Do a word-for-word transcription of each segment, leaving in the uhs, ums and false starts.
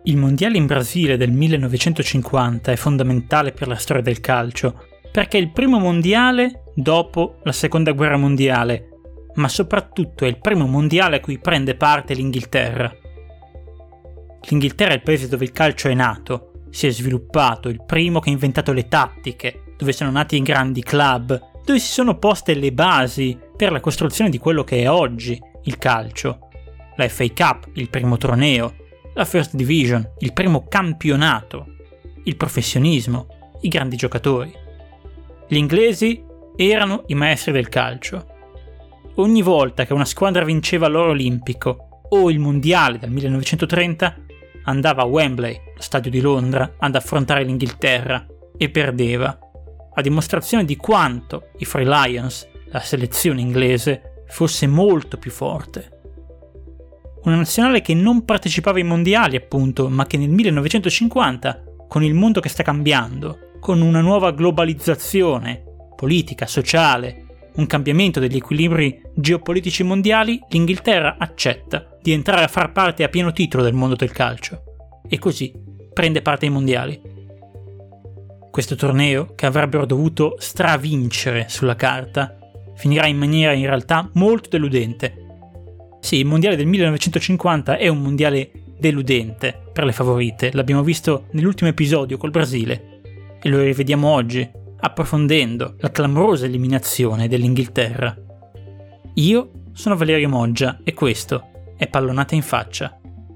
Il mondiale in Brasile del millenovecentocinquanta è fondamentale per la storia del calcio, perché è il primo mondiale dopo la seconda guerra mondiale, ma soprattutto è il primo mondiale a cui prende parte l'Inghilterra. L'Inghilterra è il paese dove il calcio è nato, si è sviluppato, il primo che ha inventato le tattiche, dove sono nati i grandi club, dove si sono poste le basi per la costruzione di quello che è oggi il calcio. La F A Cup, il primo torneo, la First Division, il primo campionato, il professionismo, i grandi giocatori. Gli inglesi erano i maestri del calcio. Ogni volta che una squadra vinceva l'oro olimpico o il mondiale dal millenovecentotrenta, andava a Wembley, lo stadio di Londra, ad affrontare l'Inghilterra e perdeva, a dimostrazione di quanto i Three Lions, la selezione inglese, fosse molto più forte. Una nazionale che non partecipava ai mondiali, appunto, ma che nel millenovecentocinquanta, con il mondo che sta cambiando, con una nuova globalizzazione politica, sociale, un cambiamento degli equilibri geopolitici mondiali, l'Inghilterra accetta di entrare a far parte a pieno titolo del mondo del calcio e così prende parte ai mondiali. Questo torneo, che avrebbero dovuto stravincere sulla carta, finirà in maniera in realtà molto deludente. Sì, il mondiale del millenovecentocinquanta è un mondiale deludente per le favorite, l'abbiamo visto nell'ultimo episodio col Brasile e lo rivediamo oggi, approfondendo la clamorosa eliminazione dell'Inghilterra. Io sono Valerio Moggia e questo è Pallonate in Faccia.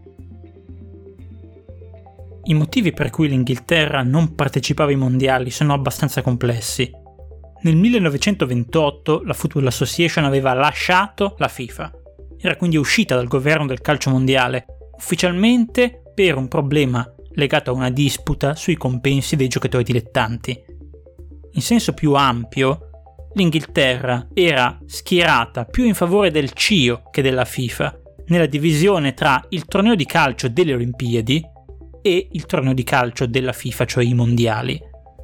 I motivi per cui l'Inghilterra non partecipava ai mondiali sono abbastanza complessi. Nel millenovecentoventotto la Football Association aveva lasciato la FIFA. Era quindi uscita dal governo del calcio mondiale, ufficialmente per un problema legato a una disputa sui compensi dei giocatori dilettanti. In senso più ampio, l'Inghilterra era schierata più in favore del C I O che della FIFA, nella divisione tra il torneo di calcio delle Olimpiadi e il torneo di calcio della FIFA, cioè i mondiali.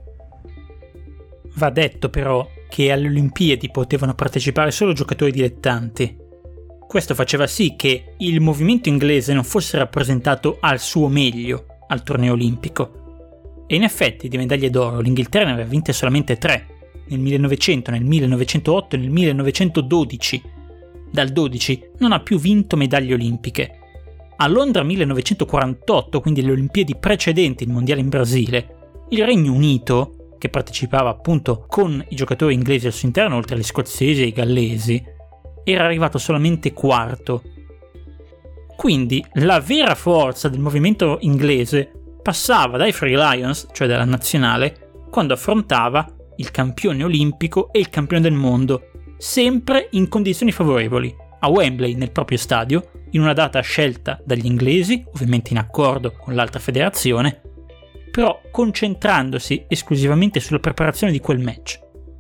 Va detto però che alle Olimpiadi potevano partecipare solo giocatori dilettanti. Questo faceva sì che il movimento inglese non fosse rappresentato al suo meglio al torneo olimpico. E in effetti di medaglie d'oro l'Inghilterra ne aveva vinte solamente tre, nel millenovecento, nel millenovecentootto e nel millenovecentododici. Dal dodici non ha più vinto medaglie olimpiche. A Londra millenovecentoquarantotto, quindi le Olimpiadi precedenti il mondiale in Brasile, il Regno Unito, che partecipava appunto con i giocatori inglesi al suo interno, oltre agli scozzesi e ai gallesi, era arrivato solamente quarto. Quindi la vera forza del movimento inglese passava dai Three Lions, cioè dalla nazionale, quando affrontava il campione olimpico e il campione del mondo, sempre in condizioni favorevoli, a Wembley nel proprio stadio, in una data scelta dagli inglesi, ovviamente in accordo con l'altra federazione, però concentrandosi esclusivamente sulla preparazione di quel match.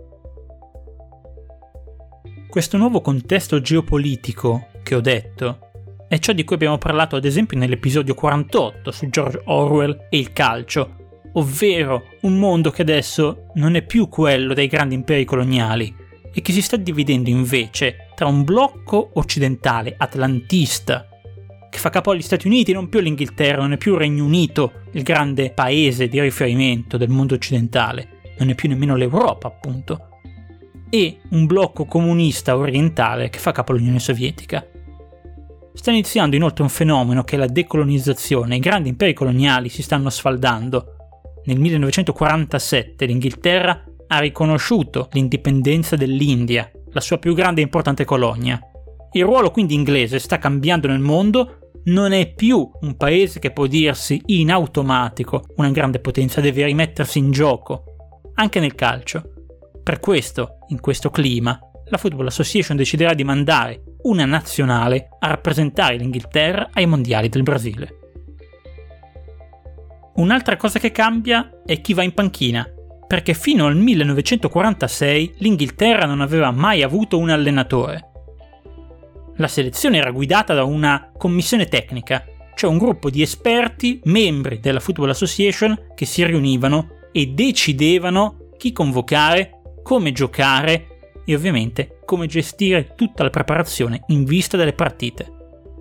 Questo nuovo contesto geopolitico che ho detto è ciò di cui abbiamo parlato ad esempio nell'episodio quarantotto su George Orwell e il calcio, ovvero un mondo che adesso non è più quello dei grandi imperi coloniali e che si sta dividendo invece tra un blocco occidentale atlantista che fa capo agli Stati Uniti, non più all'Inghilterra, non è più il Regno Unito il grande paese di riferimento del mondo occidentale, non è più nemmeno l'Europa appunto, e un blocco comunista orientale che fa capo all'Unione Sovietica. Sta iniziando inoltre un fenomeno che è la decolonizzazione. I grandi imperi coloniali si stanno sfaldando. Nel millenovecentoquarantasette l'Inghilterra ha riconosciuto l'indipendenza dell'India, la sua più grande e importante colonia. Il ruolo quindi inglese sta cambiando nel mondo, non è più un paese che può dirsi in automatico una grande potenza, deve rimettersi in gioco, anche nel calcio. Per questo, in questo clima, la Football Association deciderà di mandare una nazionale a rappresentare l'Inghilterra ai mondiali del Brasile. Un'altra cosa che cambia è chi va in panchina, perché fino al millenovecentoquarantasei l'Inghilterra non aveva mai avuto un allenatore. La selezione era guidata da una commissione tecnica, cioè un gruppo di esperti, membri della Football Association, che si riunivano e decidevano chi convocare, come giocare e ovviamente come gestire tutta la preparazione in vista delle partite.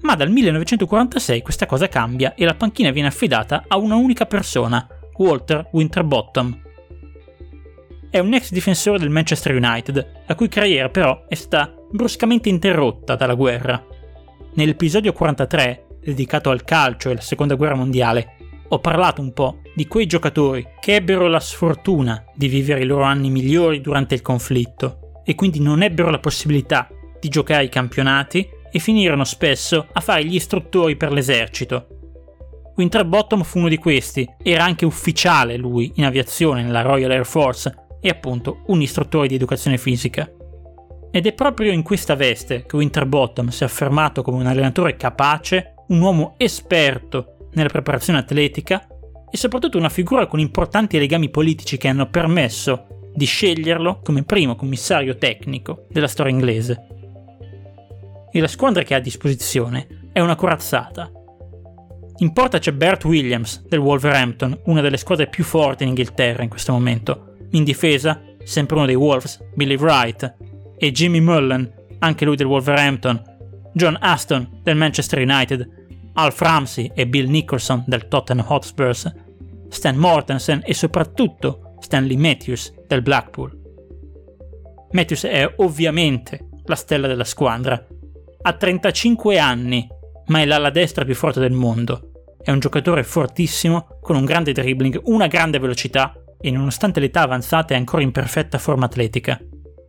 Ma dal millenovecentoquarantasei questa cosa cambia e la panchina viene affidata a una unica persona, Walter Winterbottom. È un ex difensore del Manchester United, la cui carriera però è stata bruscamente interrotta dalla guerra. Nell'episodio quarantatré, dedicato al calcio e alla seconda guerra mondiale, ho parlato un po' di quei giocatori che ebbero la sfortuna di vivere i loro anni migliori durante il conflitto e quindi non ebbero la possibilità di giocare i campionati e finirono spesso a fare gli istruttori per l'esercito. Winterbottom fu uno di questi, era anche ufficiale lui in aviazione nella Royal Air Force e appunto un istruttore di educazione fisica. Ed è proprio in questa veste che Winterbottom si è affermato come un allenatore capace, un uomo esperto nella preparazione atletica e soprattutto una figura con importanti legami politici che hanno permesso di sceglierlo come primo commissario tecnico della storia inglese. E la squadra che ha a disposizione è una corazzata. In porta c'è Bert Williams del Wolverhampton, una delle squadre più forti in Inghilterra in questo momento. In difesa, sempre uno dei Wolves, Billy Wright, e Jimmy Mullen, anche lui del Wolverhampton, John Aston del Manchester United, Alf Ramsey e Bill Nicholson del Tottenham Hotspurs, Stan Mortensen e soprattutto Stanley Matthews del Blackpool. Matthews è ovviamente la stella della squadra. Ha trentacinque anni, ma è l'ala destra più forte del mondo. È un giocatore fortissimo, con un grande dribbling, una grande velocità e nonostante l'età avanzata è ancora in perfetta forma atletica.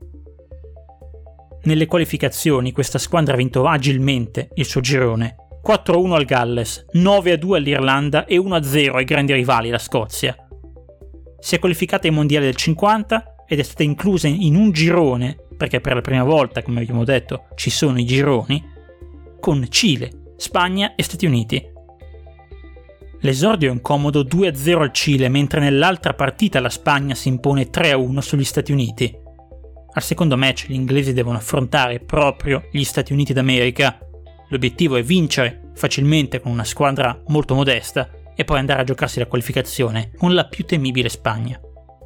Nelle qualificazioni questa squadra ha vinto agilmente il suo girone, quattro a uno al Galles, nove a due all'Irlanda e uno a zero ai grandi rivali, la Scozia. Si è qualificata ai mondiali del cinquanta ed è stata inclusa in un girone, perché per la prima volta, come abbiamo detto, ci sono i gironi, con Cile, Spagna e Stati Uniti. L'esordio è un comodo due a zero al Cile, mentre nell'altra partita la Spagna si impone tre a uno sugli Stati Uniti. Al secondo match gli inglesi devono affrontare proprio gli Stati Uniti d'America. L'obiettivo è vincere facilmente con una squadra molto modesta e poi andare a giocarsi la qualificazione con la più temibile Spagna.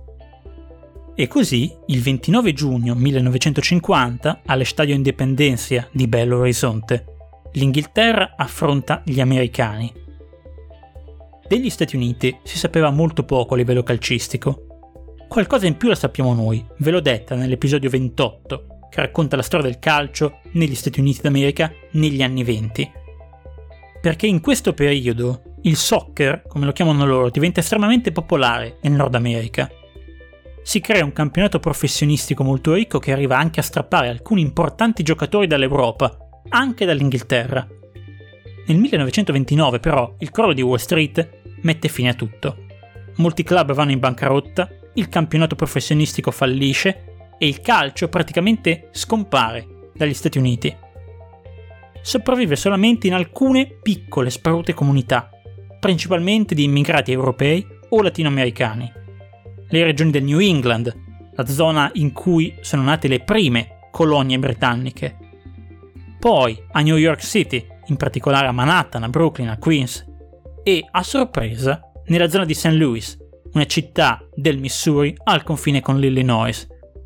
E così, il ventinove giugno millenovecentocinquanta, all'Estadio Independencia di Belo Horizonte, l'Inghilterra affronta gli americani. Degli Stati Uniti si sapeva molto poco a livello calcistico. Qualcosa in più la sappiamo noi, ve l'ho detta nell'episodio ventotto, che racconta la storia del calcio negli Stati Uniti d'America negli anni venti. Perché in questo periodo il soccer, come lo chiamano loro, diventa estremamente popolare nel Nord America. Si crea un campionato professionistico molto ricco che arriva anche a strappare alcuni importanti giocatori dall'Europa, anche dall'Inghilterra. Nel millenovecentoventinove però il crollo di Wall Street mette fine a tutto. Molti club vanno in bancarotta, il campionato professionistico fallisce e il calcio praticamente scompare dagli Stati Uniti. Sopravvive solamente in alcune piccole sparute comunità, principalmente di immigrati europei o latinoamericani. Le regioni del New England, la zona in cui sono nate le prime colonie britanniche. Poi a New York City, in particolare a Manhattan, a Brooklyn, a Queens, e a sorpresa nella zona di Saint Louis, una città del Missouri al confine con l'Illinois.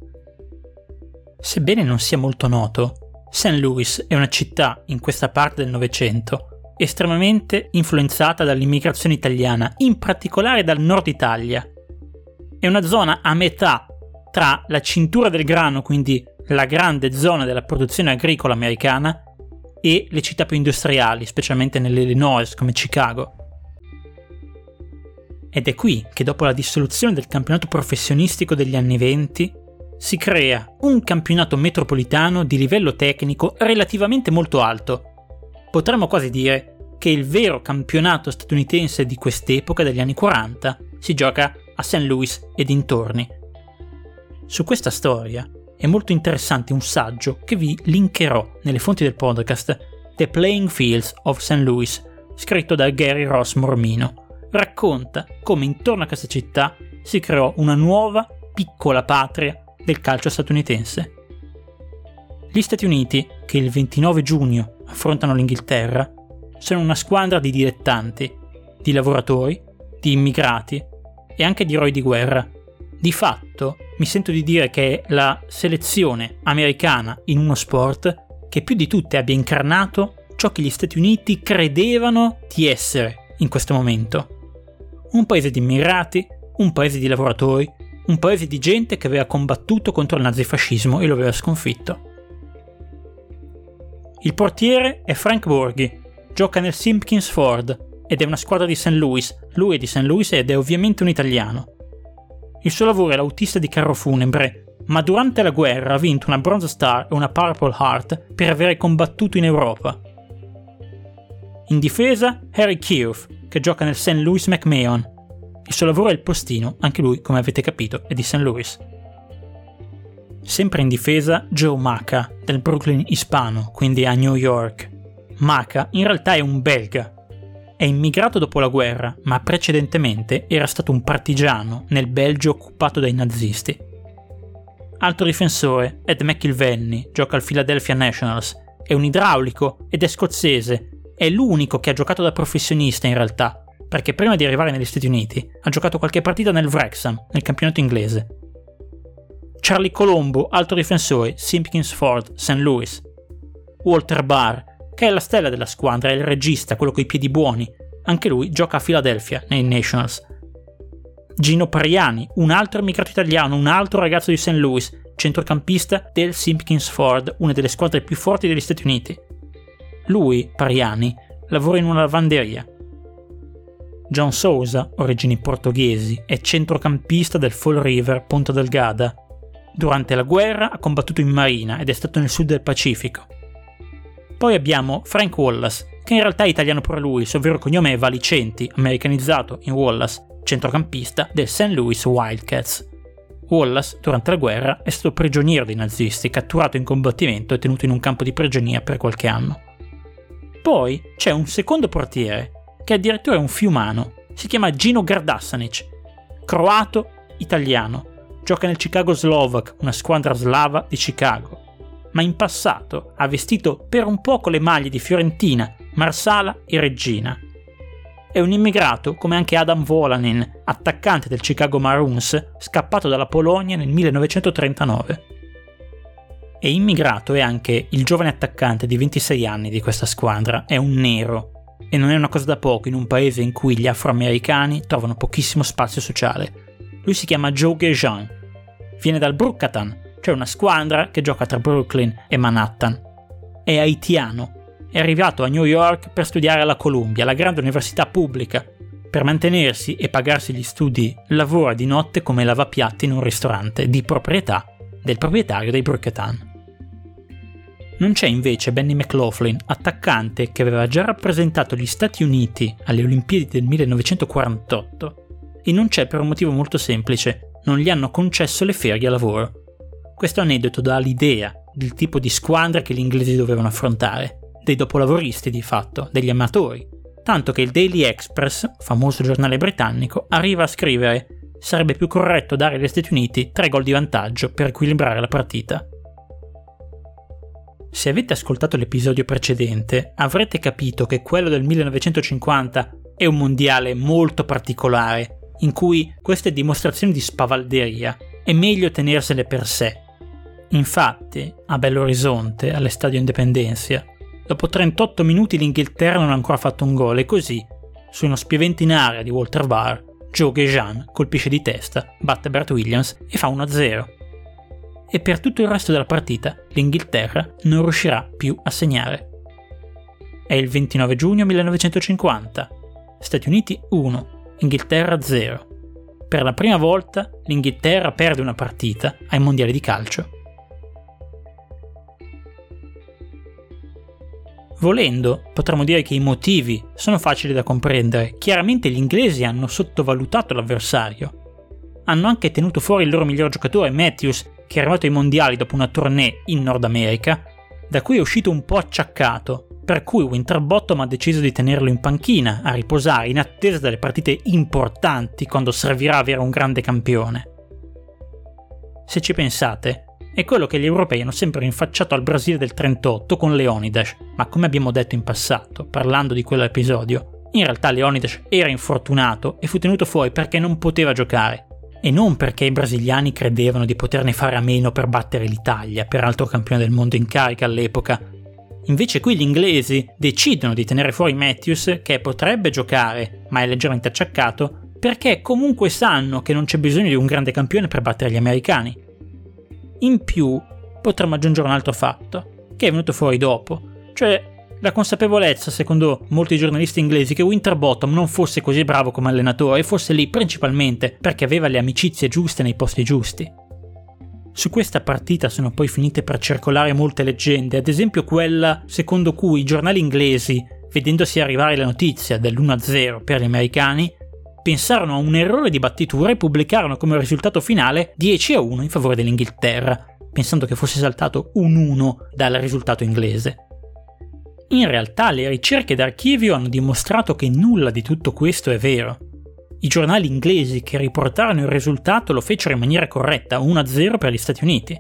Sebbene non sia molto noto, Saint Louis è una città in questa parte del Novecento estremamente influenzata dall'immigrazione italiana, in particolare dal nord Italia. È una zona a metà tra la cintura del grano, quindi la grande zona della produzione agricola americana, e le città più industriali, specialmente nell'Illinois come Chicago. Ed è qui che dopo la dissoluzione del campionato professionistico degli anni venti si crea un campionato metropolitano di livello tecnico relativamente molto alto. Potremmo quasi dire che il vero campionato statunitense di quest'epoca, degli anni quaranta, si gioca a Saint Louis e dintorni. Su questa storia è molto interessante un saggio che vi linkerò nelle fonti del podcast, The Playing Fields of Saint Louis, scritto da Gary Ross Mormino. Racconta come intorno a questa città si creò una nuova piccola patria del calcio statunitense. Gli Stati Uniti, che il ventinove giugno affrontano l'Inghilterra, sono una squadra di dilettanti, di lavoratori, di immigrati e anche di eroi di guerra. Di fatto mi sento di dire che è la selezione americana in uno sport che più di tutte abbia incarnato ciò che gli Stati Uniti credevano di essere in questo momento. Un paese di immigrati, un paese di lavoratori, un paese di gente che aveva combattuto contro il nazifascismo e lo aveva sconfitto. Il portiere è Frank Borghi, gioca nel Simpkins Ford ed è una squadra di Saint Louis, lui è di Saint Louis ed è ovviamente un italiano. Il suo lavoro è l'autista di carro funebre, ma durante la guerra ha vinto una Bronze Star e una Purple Heart per aver combattuto in Europa. In difesa, Harry Keough, che gioca nel Saint Louis McMahon. Il suo lavoro è il postino, anche lui, come avete capito, è di Saint Louis. Sempre in difesa, Joe Maka, del Brooklyn ispano, quindi a New York. Maka in realtà è un belga. È immigrato dopo la guerra, ma precedentemente era stato un partigiano nel Belgio occupato dai nazisti. Altro difensore, Ed McIlvenney, gioca al Philadelphia Nationals, è un idraulico ed è scozzese, è l'unico che ha giocato da professionista in realtà, perché prima di arrivare negli Stati Uniti ha giocato qualche partita nel Wrexham, nel campionato inglese. Charlie Colombo, altro difensore, Simpkins Ford, Saint Louis. Walter Barr, che è la stella della squadra, è il regista, quello coi piedi buoni, anche lui gioca a Philadelphia, nei Nationals. Gino Pariani, un altro immigrato italiano, un altro ragazzo di Saint Louis, centrocampista del Simpkins Ford, una delle squadre più forti degli Stati Uniti. Lui, Pariani, lavora in una lavanderia. John Sousa, origini portoghesi, è centrocampista del Fall River, Ponta Delgada. Durante la guerra ha combattuto in marina ed è stato nel sud del Pacifico. Poi abbiamo Frank Wallace, che in realtà è italiano pure lui, il suo vero cognome è Valicenti, americanizzato in Wallace, centrocampista del Saint Louis Wildcats. Wallace, durante la guerra, è stato prigioniero dei nazisti, catturato in combattimento e tenuto in un campo di prigionia per qualche anno. Poi c'è un secondo portiere, che addirittura è un fiumano, si chiama Gino Gardassanic, croato, italiano, gioca nel Chicago Slovak, una squadra slava di Chicago, ma in passato ha vestito per un poco le maglie di Fiorentina, Marsala e Reggina. È un immigrato come anche Adam Volanin, attaccante del Chicago Maroons, scappato dalla Polonia nel millenovecentotrentanove. E immigrato è anche il giovane attaccante di ventisei anni di questa squadra, è un nero, e non è una cosa da poco in un paese in cui gli afroamericani trovano pochissimo spazio sociale. Lui si chiama Joe Gejan, viene dal Brookatan, cioè una squadra che gioca tra Brooklyn e Manhattan. È haitiano, è arrivato a New York per studiare alla Columbia, la grande università pubblica. Per mantenersi e pagarsi gli studi lavora di notte come lavapiatti in un ristorante di proprietà del proprietario dei Brookatan. Non c'è invece Benny McLaughlin, attaccante che aveva già rappresentato gli Stati Uniti alle Olimpiadi del millenovecentoquarantotto, e non c'è per un motivo molto semplice, non gli hanno concesso le ferie a lavoro. Questo aneddoto dà l'idea del tipo di squadra che gli inglesi dovevano affrontare, dei dopolavoristi di fatto, degli amatori, tanto che il Daily Express, famoso giornale britannico, arriva a scrivere «Sarebbe più corretto dare agli Stati Uniti tre gol di vantaggio per equilibrare la partita». Se avete ascoltato l'episodio precedente, avrete capito che quello del millenovecentocinquanta è un mondiale molto particolare, in cui queste dimostrazioni di spavalderia è meglio tenersele per sé. Infatti, a Belo Horizonte, all'Estadio Independencia, dopo trentotto minuti l'Inghilterra non ha ancora fatto un gol e così, su uno spiovente in area di Walter Barr, Joe Gejan colpisce di testa, batte Bert Williams e fa uno a zero. E per tutto il resto della partita l'Inghilterra non riuscirà più a segnare. È il ventinove giugno millenovecentocinquanta, Stati Uniti uno, Inghilterra zero. Per la prima volta l'Inghilterra perde una partita ai mondiali di calcio. Volendo, potremmo dire che i motivi sono facili da comprendere. Chiaramente gli inglesi hanno sottovalutato l'avversario. Hanno anche tenuto fuori il loro miglior giocatore, Matthews, che è arrivato ai mondiali dopo una tournée in Nord America, da cui è uscito un po' acciaccato, per cui Winterbottom ha deciso di tenerlo in panchina, a riposare, in attesa delle partite importanti quando servirà avere un grande campione. Se ci pensate, è quello che gli europei hanno sempre rinfacciato al Brasile del trentotto con Leonidas, ma come abbiamo detto in passato, parlando di quell'episodio, in realtà Leonidas era infortunato e fu tenuto fuori perché non poteva giocare, e non perché i brasiliani credevano di poterne fare a meno per battere l'Italia, peraltro campione del mondo in carica all'epoca. Invece qui gli inglesi decidono di tenere fuori Matthews, che potrebbe giocare, ma è leggermente acciaccato, perché comunque sanno che non c'è bisogno di un grande campione per battere gli americani. In più, potremmo aggiungere un altro fatto, che è venuto fuori dopo, cioè la consapevolezza, secondo molti giornalisti inglesi, che Winterbottom non fosse così bravo come allenatore e fosse lì principalmente perché aveva le amicizie giuste nei posti giusti. Su questa partita sono poi finite per circolare molte leggende, ad esempio quella secondo cui i giornali inglesi, vedendosi arrivare la notizia dell'uno a zero per gli americani, pensarono a un errore di battitura e pubblicarono come risultato finale dieci a uno in favore dell'Inghilterra, pensando che fosse saltato un uno dal risultato inglese. In realtà le ricerche d'archivio hanno dimostrato che nulla di tutto questo è vero. I giornali inglesi che riportarono il risultato lo fecero in maniera corretta, uno a zero per gli Stati Uniti.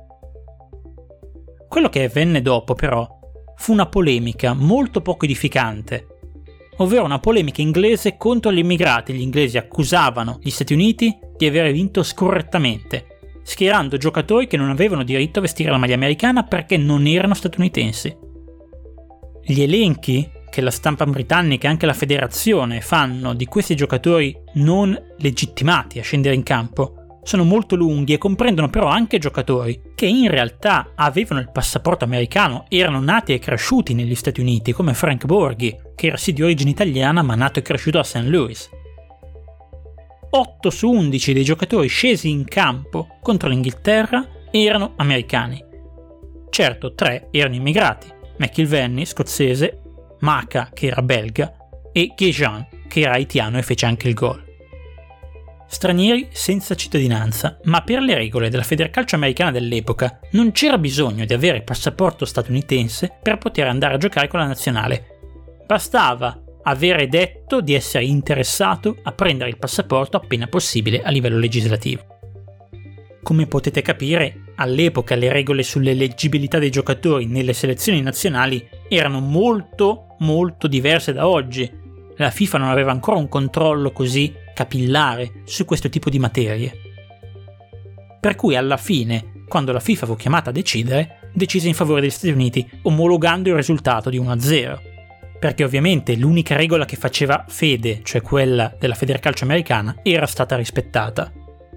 Quello che avvenne dopo, però, fu una polemica molto poco edificante, ovvero una polemica inglese contro gli immigrati. Gli inglesi accusavano gli Stati Uniti di aver vinto scorrettamente, schierando giocatori che non avevano diritto a vestire la maglia americana perché non erano statunitensi. Gli elenchi che la stampa britannica e anche la federazione fanno di questi giocatori non legittimati a scendere in campo sono molto lunghi e comprendono però anche giocatori che in realtà avevano il passaporto americano, erano nati e cresciuti negli Stati Uniti, come Frank Borghi, che era sì di origine italiana ma nato e cresciuto a Saint Louis. otto su undici dei giocatori scesi in campo contro l'Inghilterra erano americani. Certo, tre erano immigrati: McIlvanney, scozzese, Maka, che era belga, e Guéjean, che era haitiano e fece anche il gol. Stranieri senza cittadinanza, ma per le regole della Federcalcio americana dell'epoca non c'era bisogno di avere passaporto statunitense per poter andare a giocare con la nazionale. Bastava avere detto di essere interessato a prendere il passaporto appena possibile a livello legislativo. Come potete capire, all'epoca le regole sull'eleggibilità dei giocatori nelle selezioni nazionali erano molto molto diverse da oggi. La FIFA non aveva ancora un controllo così capillare su questo tipo di materie. Per cui alla fine, quando la FIFA fu chiamata a decidere, decise in favore degli Stati Uniti, omologando il risultato di uno a zero. Perché ovviamente l'unica regola che faceva fede, cioè quella della Federcalcio americana, era stata rispettata.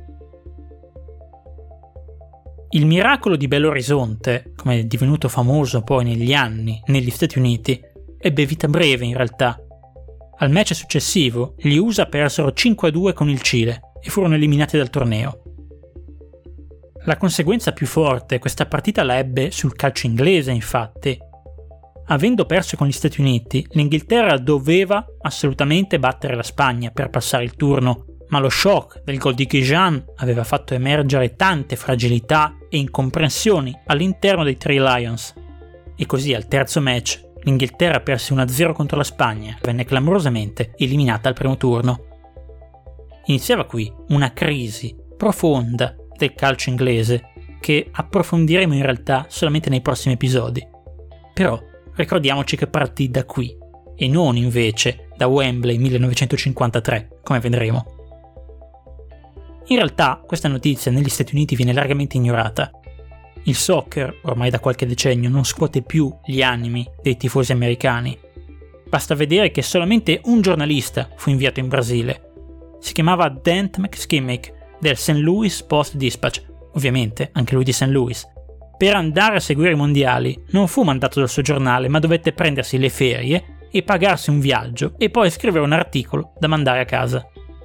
Il miracolo di Belo Horizonte, come è divenuto famoso poi negli anni negli Stati Uniti, ebbe vita breve in realtà. Al match successivo gli U S A persero cinque a due con il Cile e furono eliminati dal torneo. La conseguenza più forte questa partita la ebbe sul calcio inglese, infatti. Avendo perso con gli Stati Uniti, l'Inghilterra doveva assolutamente battere la Spagna per passare il turno, ma lo shock del gol di Guéjean aveva fatto emergere tante fragilità e incomprensioni all'interno dei Three Lions. E così al terzo match l'Inghilterra perse uno a zero contro la Spagna, venne clamorosamente eliminata al primo turno. Iniziava qui una crisi profonda del calcio inglese che approfondiremo in realtà solamente nei prossimi episodi. Però ricordiamoci che partì da qui e non invece da Wembley millenovecentocinquantatré, come vedremo. In realtà questa notizia negli Stati Uniti viene largamente ignorata. Il soccer, ormai da qualche decennio, non scuote più gli animi dei tifosi americani. Basta vedere che solamente un giornalista fu inviato in Brasile. Si chiamava Dent McSkimmick del Saint Louis Post-Dispatch, ovviamente anche lui di Saint Louis. Per andare a seguire i mondiali non fu mandato dal suo giornale, ma dovette prendersi le ferie e pagarsi un viaggio e poi scrivere un articolo da mandare a casa.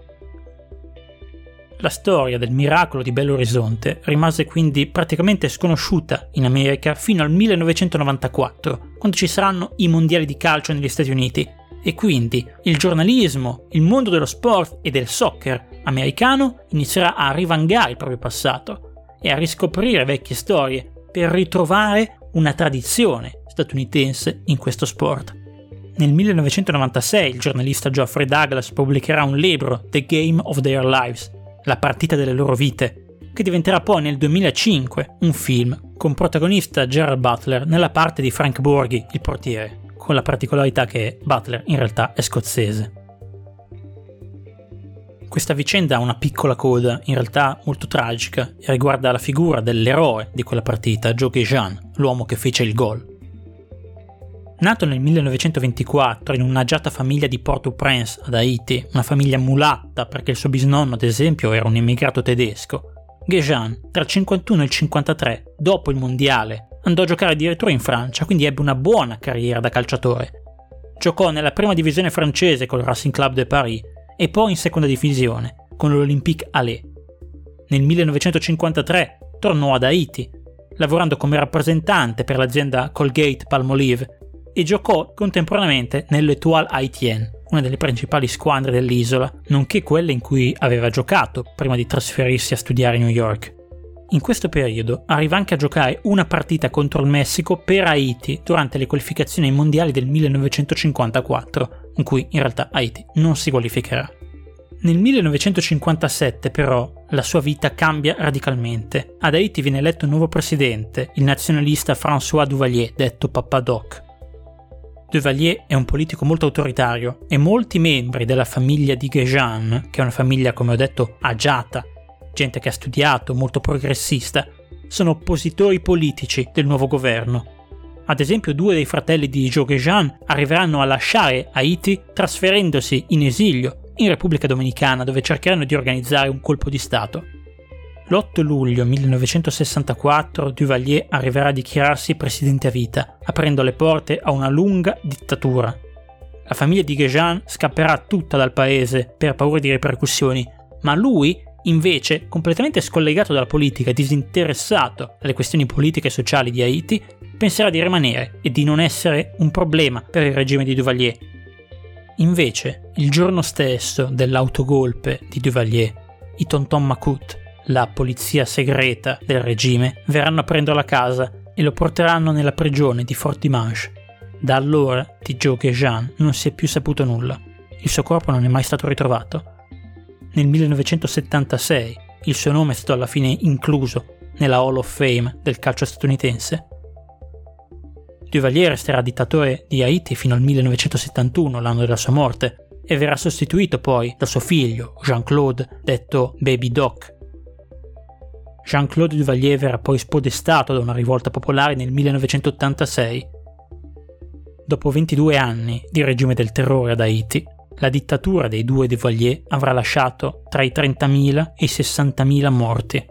La storia del miracolo di Belo Horizonte rimase quindi praticamente sconosciuta in America fino al millenovecentonovantaquattro, quando ci saranno i mondiali di calcio negli Stati Uniti, e quindi il giornalismo, il mondo dello sport e del soccer americano inizierà a rivangare il proprio passato e a riscoprire vecchie storie per ritrovare una tradizione statunitense in questo sport. Nel millenovecentonovantasei il giornalista Geoffrey Douglas pubblicherà un libro, The Game of Their Lives, la partita delle loro vite, che diventerà poi nel duemilacinque un film con protagonista Gerard Butler nella parte di Frank Borghi, il portiere, con la particolarità che Butler in realtà è scozzese. Questa vicenda ha una piccola coda, in realtà molto tragica, e riguarda la figura dell'eroe di quella partita, Joe Guéjean, l'uomo che fece il gol. Nato nel millenovecentoventiquattro in un'agiata famiglia di Port-au-Prince ad Haiti, una famiglia mulatta perché il suo bisnonno ad esempio era un immigrato tedesco, Guéjean tra il cinquantuno e il cinquantatré, dopo il mondiale, andò a giocare addirittura in Francia, quindi ebbe una buona carriera da calciatore. Giocò nella prima divisione francese con il Racing Club de Paris e poi in seconda divisione con l'Olympique Alais. Nel millenovecentocinquantatré tornò ad Haiti, lavorando come rappresentante per l'azienda Colgate-Palmolive, e giocò contemporaneamente nell'Étoile Haïtienne, una delle principali squadre dell'isola, nonché quelle in cui aveva giocato prima di trasferirsi a studiare a New York. In questo periodo arriva anche a giocare una partita contro il Messico per Haiti durante le qualificazioni ai mondiali del millenovecentocinquantaquattro, in cui in realtà Haiti non si qualificherà. Nel millenovecentocinquantasette però la sua vita cambia radicalmente. Ad Haiti viene eletto un nuovo presidente, il nazionalista François Duvalier, detto Papa Doc. Duvalier è un politico molto autoritario e molti membri della famiglia di Guéjean, che è una famiglia, come ho detto, agiata, gente che ha studiato, molto progressista, sono oppositori politici del nuovo governo. Ad esempio, due dei fratelli di Joe Guéjean arriveranno a lasciare Haiti trasferendosi in esilio in Repubblica Dominicana, dove cercheranno di organizzare un colpo di stato. L'otto luglio millenovecentosessantaquattro Duvalier arriverà a dichiararsi presidente a vita, aprendo le porte a una lunga dittatura. La famiglia di Guéjean scapperà tutta dal paese per paura di ripercussioni, ma lui, invece, completamente scollegato dalla politica e disinteressato alle questioni politiche e sociali di Haiti, penserà di rimanere e di non essere un problema per il regime di Duvalier. Invece, il giorno stesso dell'autogolpe di Duvalier, i Tonton Macoute, la polizia segreta del regime, verranno a prenderlo a casa e lo porteranno nella prigione di Fort Dimanche. Da allora di Joe Guéjean non si è più saputo nulla. Il suo corpo non è mai stato ritrovato. Nel millenovecentosettantasei il suo nome è stato alla fine incluso nella Hall of Fame del calcio statunitense. Duvalier resterà dittatore di Haiti fino al millenovecentosettantuno, l'anno della sua morte, e verrà sostituito poi da suo figlio Jean-Claude, detto Baby Doc. Jean-Claude Duvalier verrà poi spodestato da una rivolta popolare nel millenovecentottantasei. Dopo ventidue anni di regime del terrore ad Haiti, la dittatura dei due Duvalier avrà lasciato tra i trentamila e i sessantamila morti.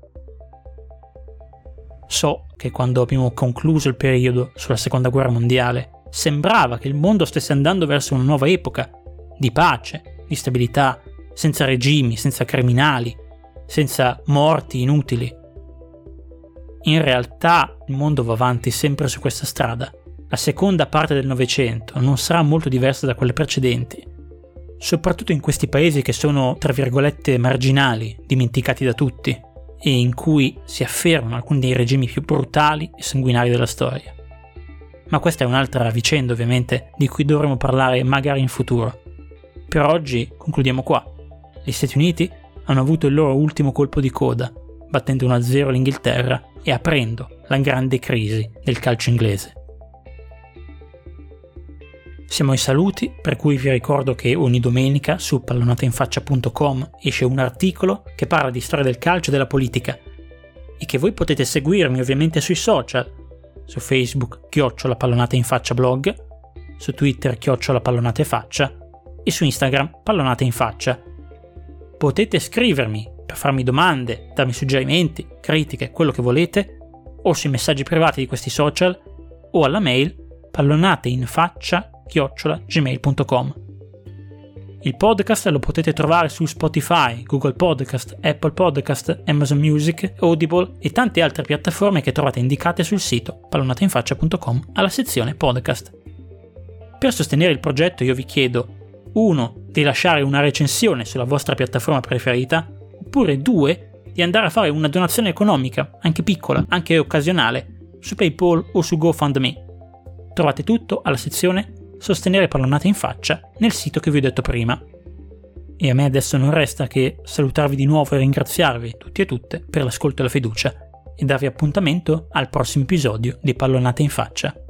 So che quando abbiamo concluso il periodo sulla Seconda Guerra Mondiale, sembrava che il mondo stesse andando verso una nuova epoca di pace, di stabilità, senza regimi, senza criminali, senza morti inutili. In realtà il mondo va avanti sempre su questa strada. La seconda parte del Novecento non sarà molto diversa da quelle precedenti, soprattutto in questi paesi che sono, tra virgolette, marginali, dimenticati da tutti, e in cui si affermano alcuni dei regimi più brutali e sanguinari della storia. Ma questa è un'altra vicenda, ovviamente, di cui dovremo parlare magari in futuro. Per oggi concludiamo qua. Gli Stati Uniti hanno avuto il loro ultimo colpo di coda, battendo uno a zero l'Inghilterra e aprendo la grande crisi del calcio inglese. Siamo ai saluti, per cui vi ricordo che ogni domenica su pallonateinfaccia punto com esce un articolo che parla di storia del calcio e della politica e che voi potete seguirmi ovviamente sui social, su Facebook chiocciola pallonateinfaccia blog, su Twitter chiocciola pallonateinfaccia e su Instagram pallonateinfaccia. Potete scrivermi per farmi domande, darmi suggerimenti, critiche, quello che volete, o sui messaggi privati di questi social o alla mail pallonateinfaccia chiocciola gmail punto com. Il podcast lo potete trovare su Spotify, Google Podcast, Apple Podcast, Amazon Music, Audible e tante altre piattaforme che trovate indicate sul sito pallonateinfaccia punto com alla sezione podcast. Per sostenere il progetto io vi chiedo uno di lasciare una recensione sulla vostra piattaforma preferita, oppure due di andare a fare una donazione economica, anche piccola, anche occasionale, su PayPal o su GoFundMe. Trovate tutto alla sezione Sostenere Pallonate in Faccia nel sito che vi ho detto prima. E a me adesso non resta che salutarvi di nuovo e ringraziarvi tutti e tutte per l'ascolto e la fiducia e darvi appuntamento al prossimo episodio di Pallonate in Faccia.